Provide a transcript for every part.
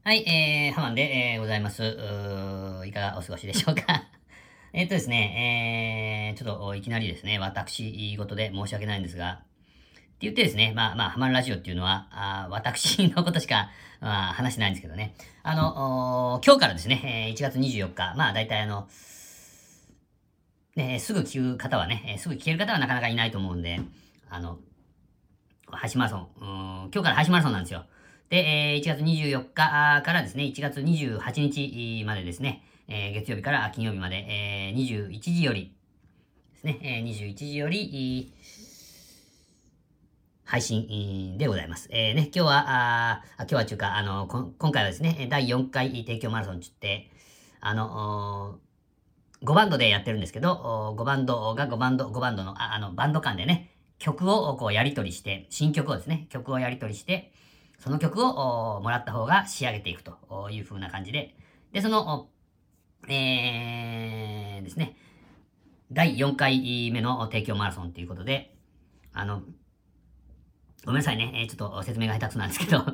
はい、ハマンで、ございます。いかがお過ごしでしょうか。ですね、ちょっといきなりですね、私事で申し訳ないんですが、って言ってですね、ハマンラジオっていうのは、私のことしか、話してないんですけどね。今日からですね、1月24日、だいたいね、すぐ聞く方はね、すぐ聞ける方はなかなかいないと思うんで、あの、配信マラソン、今日から配信マラソンなんですよ。で、1月24日からですね、1月28日までですね、月曜日から金曜日まで、21時よりですね、21時より、配信でございます。今日は、今日はというか、今回はですね、第4回提供マラソンって言って、5バンドでやってるんですけど、5バンドが5バンドの、バンド間でね、曲をこうやり取りして、新曲をですね、曲をやり取りして、その曲をもらった方が仕上げていくという風な感じで、で、ですね、第4回目の提供マラソンということで、ごめんなさいね、ちょっと説明が下手くそなんですけど、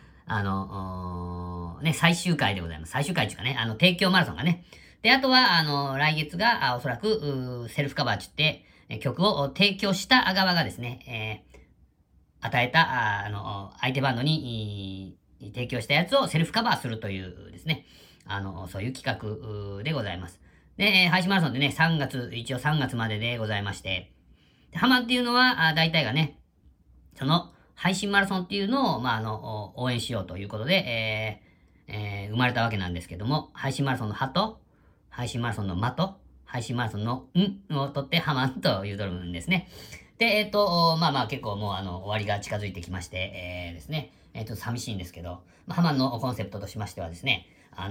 最終回でございます。最終回っていうかね、提供マラソンがね。で、あとは、来月が、おそらく、セルフカバーって言って、曲を提供した側がですね、与えた、相手バンドに、提供したやつをセルフカバーするというですね、そういう企画でございます。で、配信マラソンでね、一応3月まででございまして、ハマっていうのは、大体がね、その、配信マラソンっていうのを、応援しようということで、生まれたわけなんですけども、配信マラソンのハと、配信マラソンのマと、配信マラソンのんを取ってハマンというとるんですね。で、結構もう終わりが近づいてきまして、ですね、寂しいんですけど、ハマンのコンセプトとしましてはですね、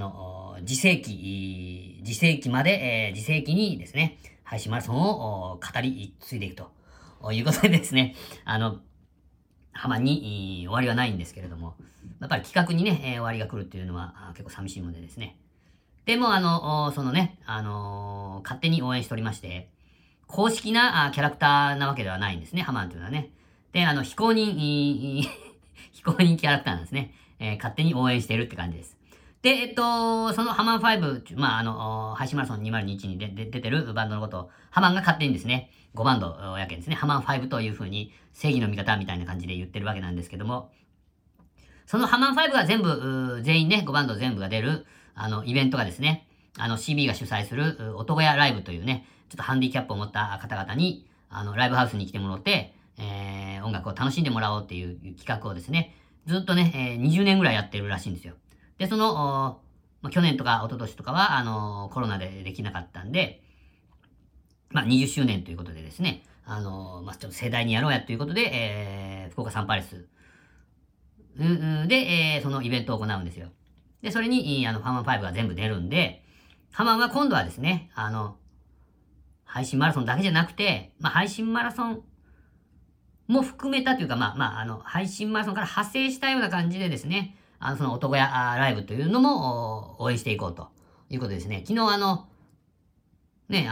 自世紀まで、自世紀にですね、配信マラソンを語り継いでいくということでですね、浜に終わりはないんですけれども、やっぱり企画にね、終わりが来るっていうのは結構寂しいのでですね。でもそのね、勝手に応援しておりまして、公式なキャラクターなわけではないんですね、ハマンというのはね。で、非公認、非公認キャラクターなんですね。勝手に応援しているって感じです。で、そのハマン5、配信マラソン2021に出てるバンドのことを、ハマンが勝手にですね、5バンドやけんですね、ハマン5という風に正義の味方みたいな感じで言ってるわけなんですけども、そのハマン5が全員ね、5バンド全部が出る、イベントがですね、CB が主催する、男屋ライブというね、ちょっとハンディキャップを持った方々に、ライブハウスに来てもらって、音楽を楽しんでもらおうっていう企画をですね、ずっとね、20年ぐらいやってるらしいんですよ。で、去年とか一昨年とかは、コロナでできなかったんで、20周年ということでですね、ちょっと盛大にやろうやということで、福岡サンパレスで、そのイベントを行うんですよ。で、それに、ファンマン5が全部出るんで、ハマンは今度はですね、配信マラソンだけじゃなくて、配信マラソンも含めたというか、配信マラソンから派生したような感じでですね、その男屋ライブというのも応援していこうということですね。昨日ね、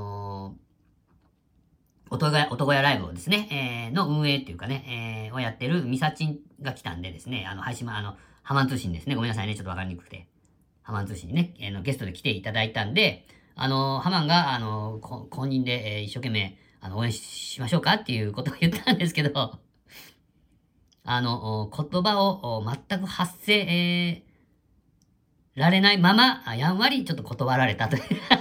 男屋ライブをですね、の運営っていうかね、をやってるミサチンが来たんでですね、ハマン通信ですね。ごめんなさいね。ちょっとわかりにくくて。ハマン通信にね、ゲストで来ていただいたんで、ハマンが、公認で、一生懸命、応援しましょうかっていうことを言ったんですけど、言葉を全く発せ、られないまま、やんわりちょっと断られたと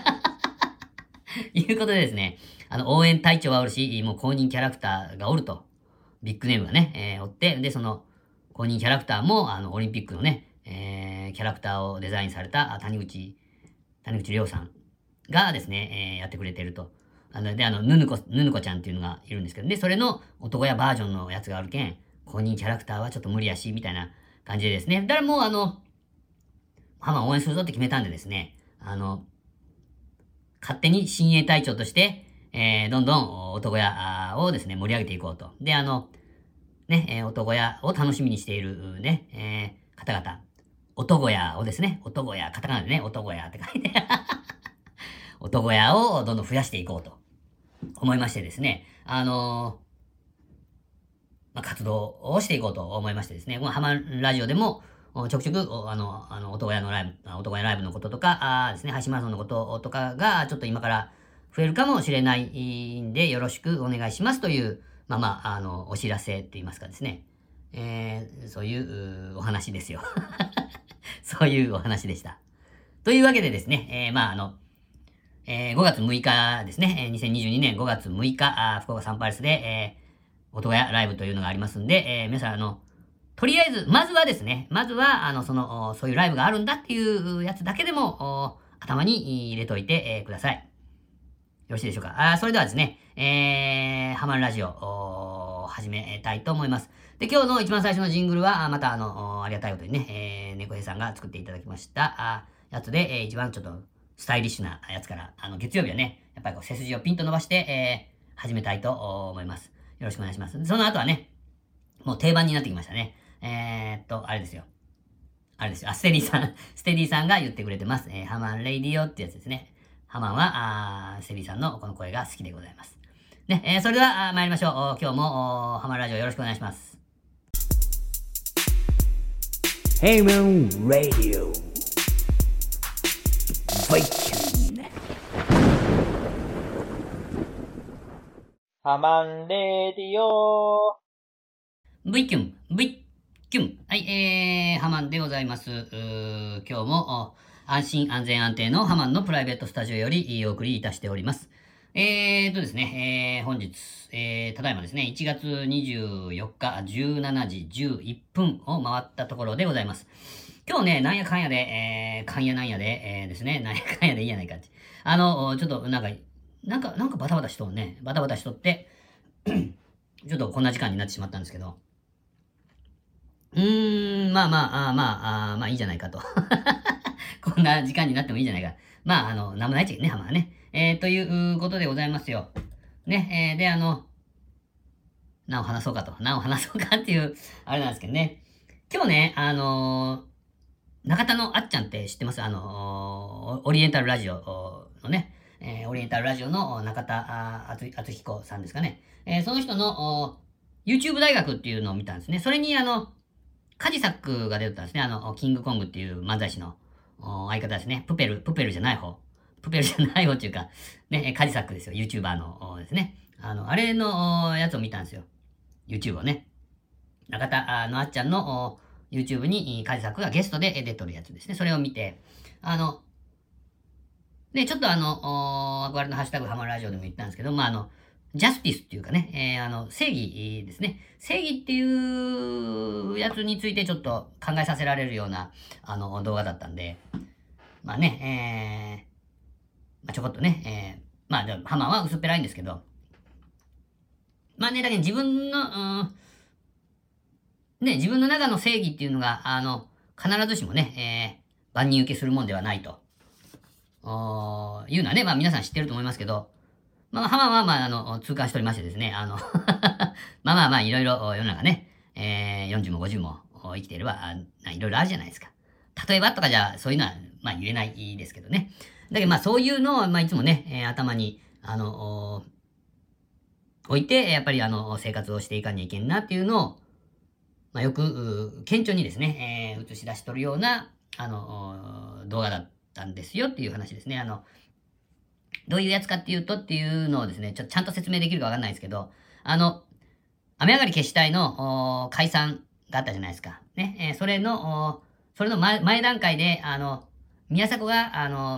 いうことでですね、応援隊長はおるし、もう公認キャラクターがおると。ビッグネームがね、おって、で、その、公認キャラクターも、オリンピックのね、キャラクターをデザインされた谷口亮さんがですね、やってくれてると。ぬぬこちゃんっていうのがいるんですけどね、それの男屋バージョンのやつがあるけん、公認キャラクターはちょっと無理やし、みたいな感じでですね。だからもうハマ応援するぞって決めたんでですね、勝手に親衛隊長として、どんどん男屋をですね、盛り上げていこうと。で、男屋を楽しみにしているね、方々。男屋をですね、男屋、カタカナでね、男屋って書いて、男屋をどんどん増やしていこうと思いましてですね、活動をしていこうと思いましてですね、このハマラジオでもちょくちょく、男屋ライブのこととか、ですね、配信マラソンのこととかが、ちょっと今から増えるかもしれないんで、よろしくお願いしますという、お知らせと言いますかですね。そういうお話ですよ。そういうお話でした。というわけでですね、5月6日ですね、2022年5月6日、福岡サンパレスで、男屋ライブというのがありますんで、皆さん、とりあえず、まずはですね、そういうライブがあるんだっていうやつだけでも、頭に入れといて、ください。よろしいでしょうか。それではですね、ハマるラジオ、始めたいと思います。で、今日の一番最初のジングルは、またありがたいことにね、猫兵さんが作っていただきました、やつで、一番ちょっと、スタイリッシュなやつから、月曜日はね、やっぱりこう背筋をピンと伸ばして、始めたいと思います。よろしくお願いします。その後はね、もう定番になってきましたね。あれですよ。ステディさんが言ってくれてます。ハマンレイディオってやつですね。ハマンは、ステディさんのこの声が好きでございます。ね、それでは参りましょう。今日もハマンラジオよろしくお願いします。 Haman Radio Viking ハマンレディオ V キュン、V キュン。はい、ハマンでございます。今日も安心安全安定のハマンのプライベートスタジオよりお送りいたしております。ですね、本日、ただいまですね、1月24日17時11分を回ったところでございます。今日ね、なんやかんやで、ですね、なんやかんやでいいやないかって。ちょっとなんかバタバタしとって、ちょっとこんな時間になってしまったんですけど、まあいいじゃないかと。こんな時間になってもいいじゃないか。なんもないっちゃけね、ハマはね。ということでございますよ。ね、で、何を話そうかっていう、あれなんですけどね。今日ね、中田のあっちゃんって知ってます？オリエンタルラジオのね、オリエンタルラジオの中田敦彦さんですかね。その人のYouTube 大学っていうのを見たんですね。それにカジサックが出てたんですね。キングコングっていう漫才師の相方ですね。プペルじゃない方っていうか、ね、カジサックですよ。YouTuber のですね。あれのやつを見たんですよ。YouTube をね。中田のあっちゃんのYouTube にカジサックがゲストで出とるやつですね。それを見て、ちょっと憧れのハッシュタグハマるラジオでも言ったんですけど、ジャスティスっていうかね、正義ですね。正義っていうやつについてちょっと考えさせられるような、動画だったんで、ちょこっとね、でもハマは薄っぺらいんですけど、だけど自分の、自分の中の正義っていうのが、必ずしもね、万人受けするもんではないと、いうのはね、皆さん知ってると思いますけど、ハマは痛感しておりましてですね、いろいろ世の中ね、40も50も生きていれば、いろいろあるじゃないですか。例えばとかじゃ、そういうのは、言えないですけどね。だけどそういうのを、いつもね、頭に、置いて、やっぱり生活をしていかにゃいけんなっていうのを、よく、顕著にですね、映し出しとるような、動画だったんですよっていう話ですね。どういうやつかっていうとっていうのをですね、ちゃんと説明できるかわかんないですけど、雨上がり決死隊の解散があったじゃないですか。ね、それの前段階で、宮迫が、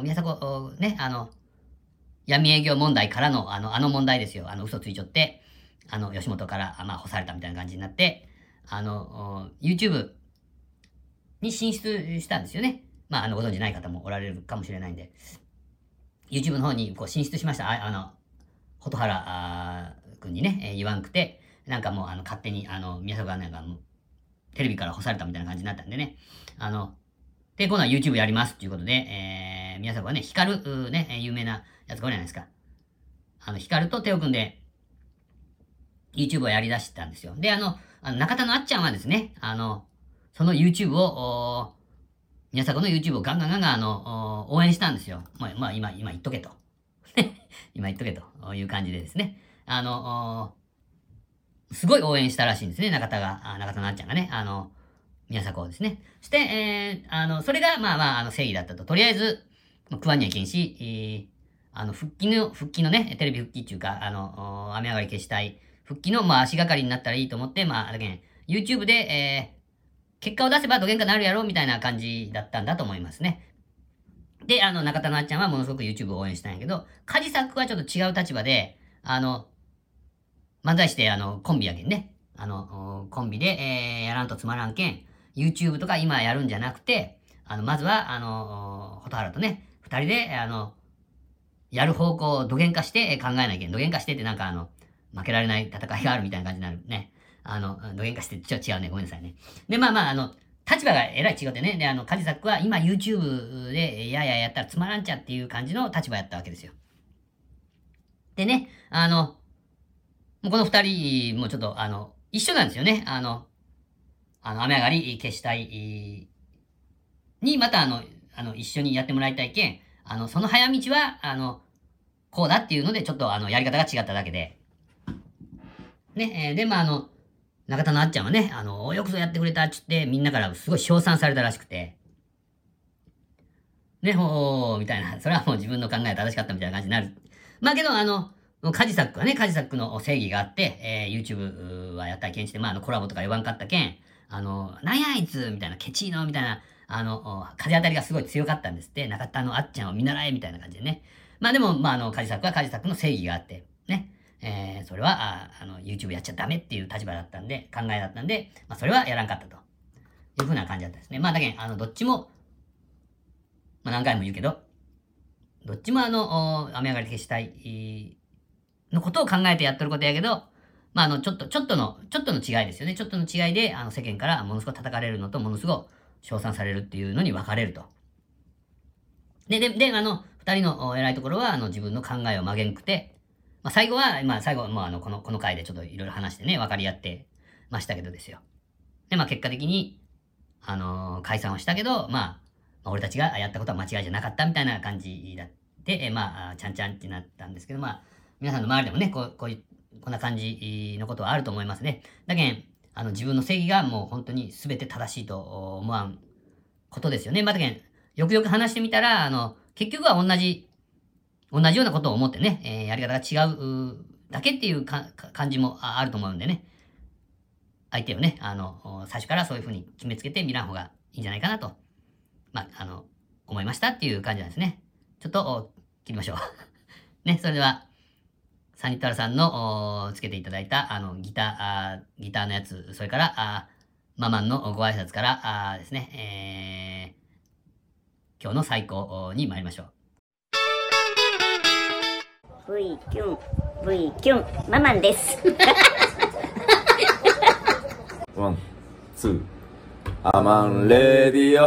闇営業問題からの、問題ですよ。嘘ついちゃって、吉本から、干されたみたいな感じになって、YouTube に進出したんですよね。ご存知ない方もおられるかもしれないんで。YouTube の方にこう進出しました。蛍原くんにね、言わんくて、なんかもう勝手に宮迫がなんかテレビから干されたみたいな感じになったんでね。で、今度は YouTube やりますっていうことで、宮迫はね、ヒカル、ね、有名なやつがおるじゃないですか。ヒカルと手を組んで、YouTube をやり出したんですよ。で、中田のあっちゃんはですね、その YouTube を、宮迫の YouTube をガンガン応援したんですよ。今言っとけと。今言っとけという感じでですね。すごい応援したらしいんですね、中田のあっちゃんがね。 宮迫をですね。そして、それが、正義だったと。とりあえず、食わんにはいけんし、復帰のね、テレビ復帰っていうか、雨上がり消したい、復帰の、足がかりになったらいいと思って、だけん、YouTube で、結果を出せばどげんかなるやろ、みたいな感じだったんだと思いますね。で、中田のあっちゃんはものすごく YouTube を応援したんやけど、カジサックはちょっと違う立場で、漫才して、コンビやけんね。コンビで、やらんとつまらんけん、YouTube とか今やるんじゃなくて、まずは、蛍原とね、二人で、やる方向をどげんかして考えないけん。どげんかしてってなんか負けられない戦いがあるみたいな感じになるね。どげんかしてちょっと違うね。ごめんなさいね。で、立場がえらい違ってね。で、カジサックは今 YouTube で、やったらつまらんちゃっていう感じの立場やったわけですよ。でね、もうこの二人もちょっと、一緒なんですよね。雨上がり消したい、に、また一緒にやってもらいたいけん、その早道は、こうだっていうので、ちょっとやり方が違っただけで。ね、で、中田のあっちゃんはね、よくぞやってくれたっつって、みんなからすごい称賛されたらしくて。ね、みたいな。それはもう自分の考えが正しかったみたいな感じになる。けど、カジサックはね、カジサックの正義があって、YouTube はやったらけんして、コラボとか呼ばんかったけん、なんやあいつみたいな、ケチーノみたいな、風当たりがすごい強かったんですって。中田のあっちゃんを見習えみたいな感じでね。でも、カジサックはカジサックの正義があって、ね。それは、YouTube やっちゃダメっていう立場だったんで、考えだったんで、それはやらんかったと。いう風な感じだったですね。だけん、どっちも、何回も言うけど、どっちも雨上がり消したい、のことを考えてやってることやけど、ちょっとの違いですよね。ちょっとの違いで、世間からものすごく叩かれるのと、ものすごく称賛されるっていうのに分かれると。で、二人の偉いところは、自分の考えを曲げんくて、最後、この回でちょっといろいろ話してね、分かり合ってましたけどですよ。で、結果的に、解散をしたけど、俺たちがやったことは間違いじゃなかったみたいな感じだって、ちゃんちゃんってなったんですけど、皆さんの周りでもね、こんな感じのことはあると思いますね。だけん、自分の正義がもう本当に全て正しいと思わんことですよね。だけん、よくよく話してみたら、結局は同じようなことを思ってね、やり方が違うだけっていう感じもあると思うんでね。相手をね、最初からそういうふうに決めつけてみらん方がいいんじゃないかなと、思いましたっていう感じなんですね。ちょっと、切りましょう。ね、それでは、サニッタラさんのつけていただいた、ギターのやつ、それから、ママンのご挨拶からですね、今日の最高に参りましょう。 V キュン V キュンママンですワン、ツー。アマンレディオ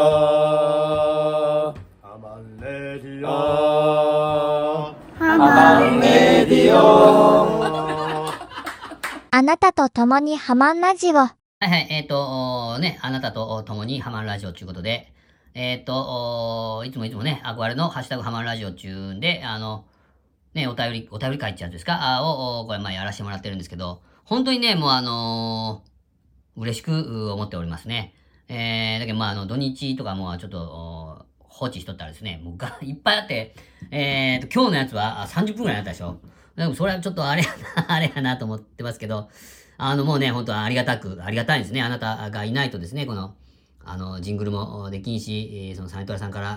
アマンレディオアマンレディオあなたと共にハマンラジオ。 はいはい、あなたと共にハマンラジオということで、いつもね、憧れのハッシュタグハマンラジオっていうんで、ね、お便り会ってやつですかこれやらせてもらってるんですけど、本当にね、もう嬉しく思っておりますね。だけど土日とかもちょっと、放置しとったらですね、もういっぱいあって、今日のやつは30分くらいあったでしょ。でもそれはちょっとあれやなと思ってますけど、もうね、本当ありがたいですね。あなたがいないとですね、この、ジングルもできんし、そのサニトラさんから、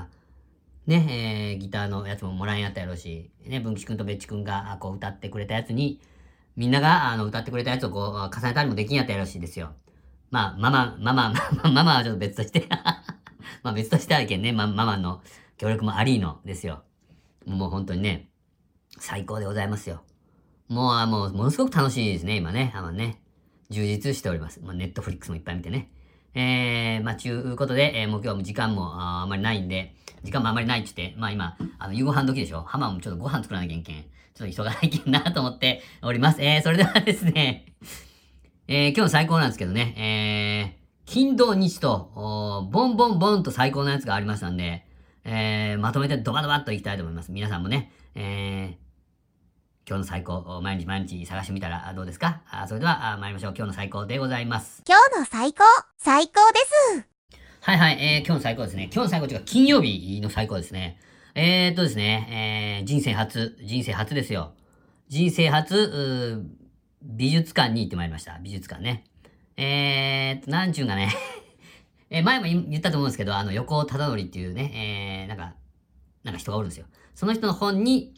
ね、ギターのやつももらえんやったやろうし、ね、文吉くんとべっちくんが歌ってくれたやつに、みんなが歌ってくれたやつを重ねたりもできんやったやろうしですよ。ママはちょっと別として別としてあるけんね、ママの協力もありのですよ。もう本当にね、最高でございますよ。もうものすごく楽しいですね、今ね。充実しております。ネットフリックスもいっぱい見てね。ちゅうことで、もう今日も時間もあんまりないんで、時間もあんまりないって言って、今、夕ご飯時でしょ。ハマもちょっとご飯作らなきゃいけん。ちょっと急がないけんなと思っております。それではですね、今日の最高なんですけどね、金土日と、ボンボンボンと最高のやつがありましたんで、まとめてドバドバっといきたいと思います。皆さんもね、 今日の最高、毎日毎日探してみたらどうですか？それでは参りましょう。今日の最高でございます。 今日の最高、最高です。 はいはい、今日の最高ですね。今日の最高というか金曜日の最高ですね。ですね、人生初ですよ。人生初、美術館に行ってまいりました。美術館ね。なんちゅうんかね。前も言ったと思うんですけど、横尾忠則っていうね、なんか人がおるんですよ。その人の本に、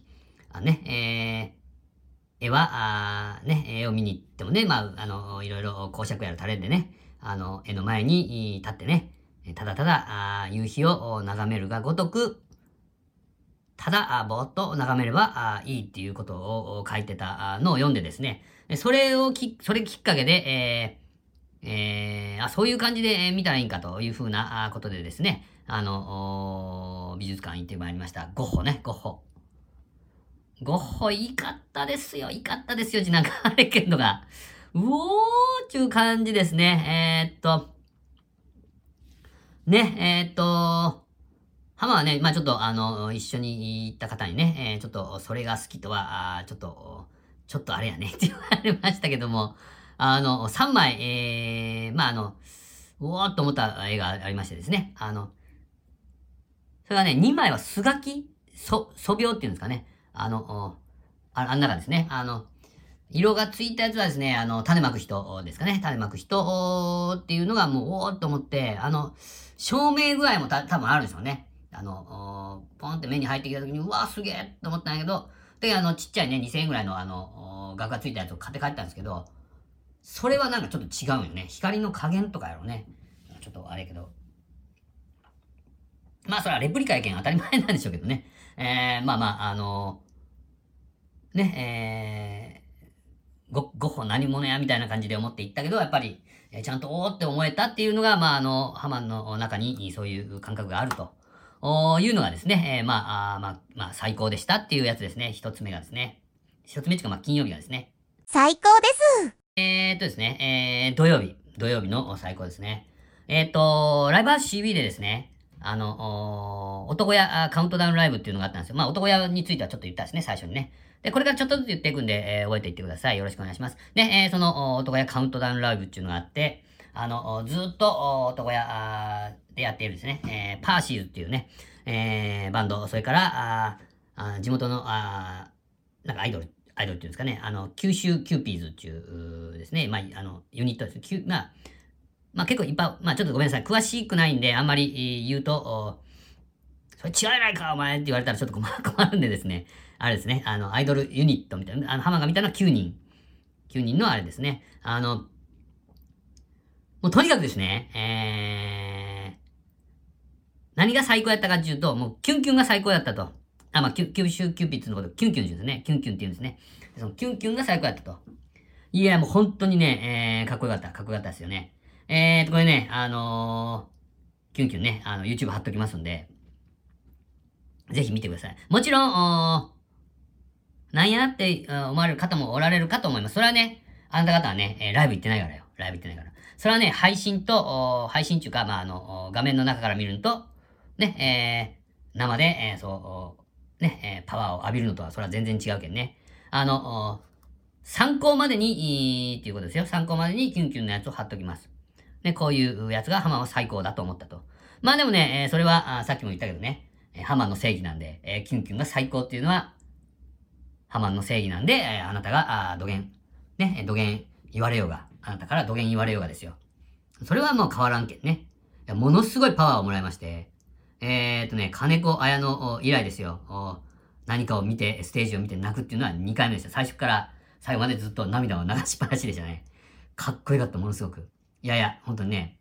絵は、絵を見に行ってもね、いろいろ講釈やるタレンでね、絵の前に立ってね、ただただ、夕日を眺めるがごとく、ただ、ぼーっと眺めればいいっていうことを書いてたのを読んでですね、それきっかけで、そういう感じで見たらいいんかというふうなことでですね、美術館行ってまいりました。ゴッホね、ゴッホ。ゴッホ、いかったですよ、なんかあれけんのが、うおーっちゅう感じですね。浜はね、ちょっと一緒に行った方にね、ちょっとそれが好きとは、ちょっとあれやねって言われましたけども、3枚、うおーっと思った絵がありましてですね、それがね、2枚は素描き素描っていうんですかね。あん中ですね。色がついたやつはですね、種まく人ですかね。種まく人っていうのがもう、おーっと思って、照明具合も多分あるんでしょうね。ポンって目に入ってきた時に、うわーすげーと思ったんやけど、で、ちっちゃいね、2000円ぐらいの額がついたやつを買って帰ったんですけど、それはなんかちょっと違うよね。光の加減とかやろうね。ちょっとあれやけど。それはレプリカやけん当たり前なんでしょうけどね。ゴッホ何者やみたいな感じで思っていったけど、やっぱり、ちゃんとおーって思えたっていうのが、ハマンの中にそういう感覚があるというのがですね、最高でしたっていうやつですね。一つ目がですね。一つ目っていうか、金曜日がですね。 最高です。 ですね、土曜日の最高ですね。ライブハウス CB でですね、男屋カウントダウンライブっていうのがあったんですよ。男屋についてはちょっと言ったんですね、最初にね。で、これからちょっとずつ言っていくんで、覚えていってください。よろしくお願いします。で、その男屋カウントダウンライブっていうのがあって、ずっと男屋でやっているですね、パーシーズっていうね、バンド、それから地元のなんかアイドルっていうんですかね、九州キューピーズっていうですね、ユニットです。結構いっぱい、ちょっとごめんなさい。詳しくないんで、あんまり言うと、それ違うやないか、お前って言われたらちょっと困るんでですね。あれですね、アイドルユニットみたいな、浜が見たのは9人。9人のあれですね。もうとにかくですね、何が最高やったかっていうと、もうキュンキュンが最高やったと。九州キューピッツのこと、キュンキュンですね。キュンキュンって言うんですね。そのキュンキュンが最高やったと。いや、もう本当にね、かっこよかったですよね。これね、キュンキュンね、YouTube 貼っときますんで、ぜひ見てください。もちろん、なんやって思われる方もおられるかと思います。それはね、あなた方はね、ライブ行ってないからよ。それはね、配信っていうか、画面の中から見るのと、ね、生で、パワーを浴びるのとは、それは全然違うけんね。参考までに、っていうことですよ。参考までにキュンキュンのやつを貼っときます。ね、こういうやつがハマは最高だと思ったと。でもね、それは、さっきも言ったけどね、ハマの正義なんで、キュンキュンが最高っていうのは、ハマの正義なんで、あなたが、土下言われようが、あなたから土下言われようがですよ。それはもう変わらんけんね。ものすごいパワーをもらいまして、金子綾乃以来ですよ。何かを見て、ステージを見て泣くっていうのは2回目でした。最初から最後までずっと涙を流しっぱなしでしたね。かっこよかった、ものすごく。いや、本当にね、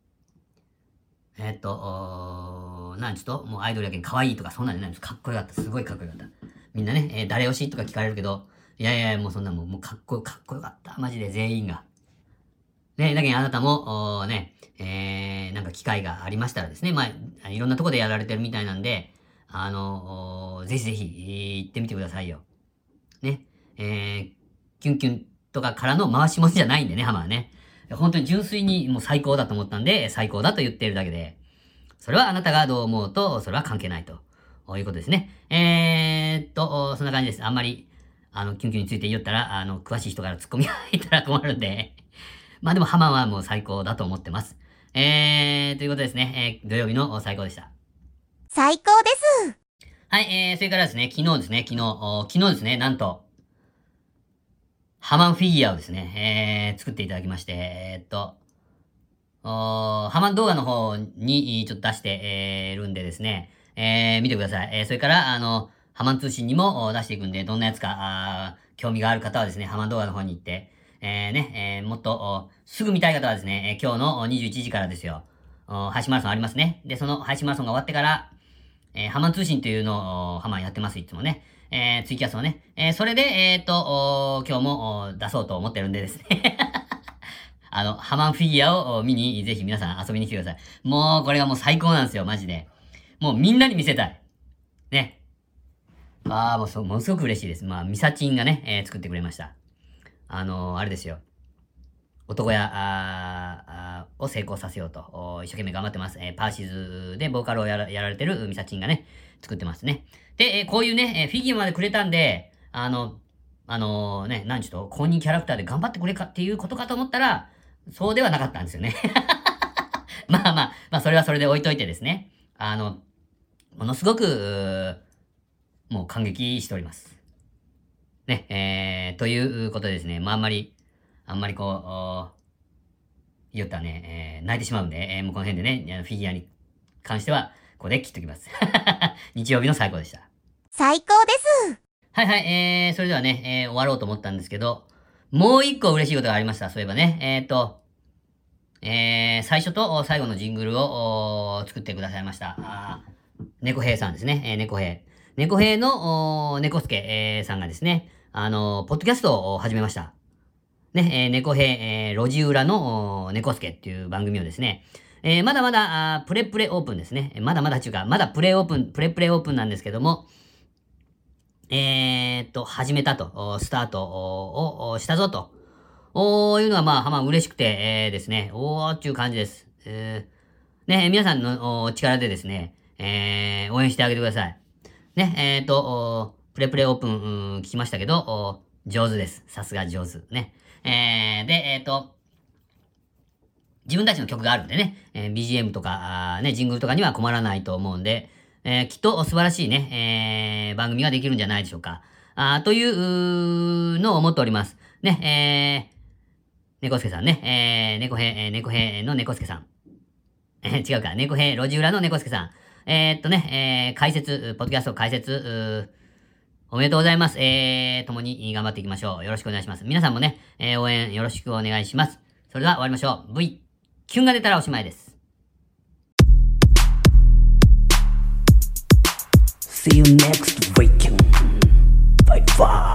もうアイドルやけん可愛いとかそんなんじゃないんです。かっこよかった。すごいかっこよかった。みんなね、誰推しとか聞かれるけど、いや、もうそんなもうかっこよかった。マジで全員が。ね、だけどあなたも、なんか機会がありましたらですね、いろんなとこでやられてるみたいなんで、ぜひぜひ、行ってみてくださいよ。ね、キュンキュンとかからの回し物じゃないんでね、ハマはね。本当に純粋にもう最高だと思ったんで、最高だと言っているだけで、それはあなたがどう思うと、それは関係ないということですね。そんな感じです。あんまりキュンキュンについて言ったら、詳しい人からツッコミが入ったら困るんで。まあでもハマンはもう最高だと思ってます。ということですね。土曜日の最高でした。 最高です。 はい、それからですね、昨日ですね、なんと、ハマンフィギュアをですね、作っていただきまして、ハマン動画の方にちょっと出してるんでですね、見てください。それから、ハマン通信にも出していくんで、どんなやつか、興味がある方はですね、ハマン動画の方に行って、もっと、すぐ見たい方はですね、今日の21時からですよ、配信マラソンありますね。で、その配信マラソンが終わってから、ハマン通信というのを、ハマンやってます、いつもね。ツイキャスをね。それで、今日も出そうと思ってるんでですね。ハマンフィギュアを見に、ぜひ皆さん遊びに来てください。もう、これがもう最高なんですよ、マジで。もうみんなに見せたい。ね。ものすごく嬉しいです。ミサチンがね、作ってくれました。あれですよ。男屋を成功させようと、一生懸命頑張ってます。パーシズでボーカルをやられてるミサチンがね、作ってますね。で、こういうね、フィギュアまでくれたんで、公認キャラクターで頑張ってくれかっていうことかと思ったら、そうではなかったんですよね。まあ、それはそれで置いといてですね。ものすごく、もう感激しております。ね、ということでですね、あんまりこう、言ったらね、泣いてしまうんで、もうこの辺でね、フィギュアに関しては、ここで切っときます。日曜日の最高でした。 最高です。 はい、それではね、終わろうと思ったんですけど、もう一個嬉しいことがありました。そういえばね、最初と最後のジングルを作ってくださいました。猫兵さんですね、猫兵。猫兵の、猫助、さんがですね、ポッドキャストを始めました。ね、猫兵、路地裏の猫助っていう番組をですね、まだまだ、プレオープンですね。まだプレオープンなんですけども、始めたと、スタートをしたぞと、いうのは嬉しくて、ですね、っていう感じです。ね、皆さんの力でですね、応援してあげてください。ね、プレオープン、聞きましたけど、上手です。さすが上手。ね。で、自分たちの曲があるんでね、BGM とか、ジングルとかには困らないと思うんで、きっと素晴らしいね、番組ができるんじゃないでしょうか。というのを思っております。ね、猫助さんね、猫兵の猫助さん。違うか、猫兵路地裏の猫助さん。解説、ポッドキャスト解説、おめでとうございます。共に頑張っていきましょう。よろしくお願いします。皆さんもね、応援よろしくお願いします。それでは終わりましょう。V、キュンが出たらおしまいです。 See you next weekend. Bye bye.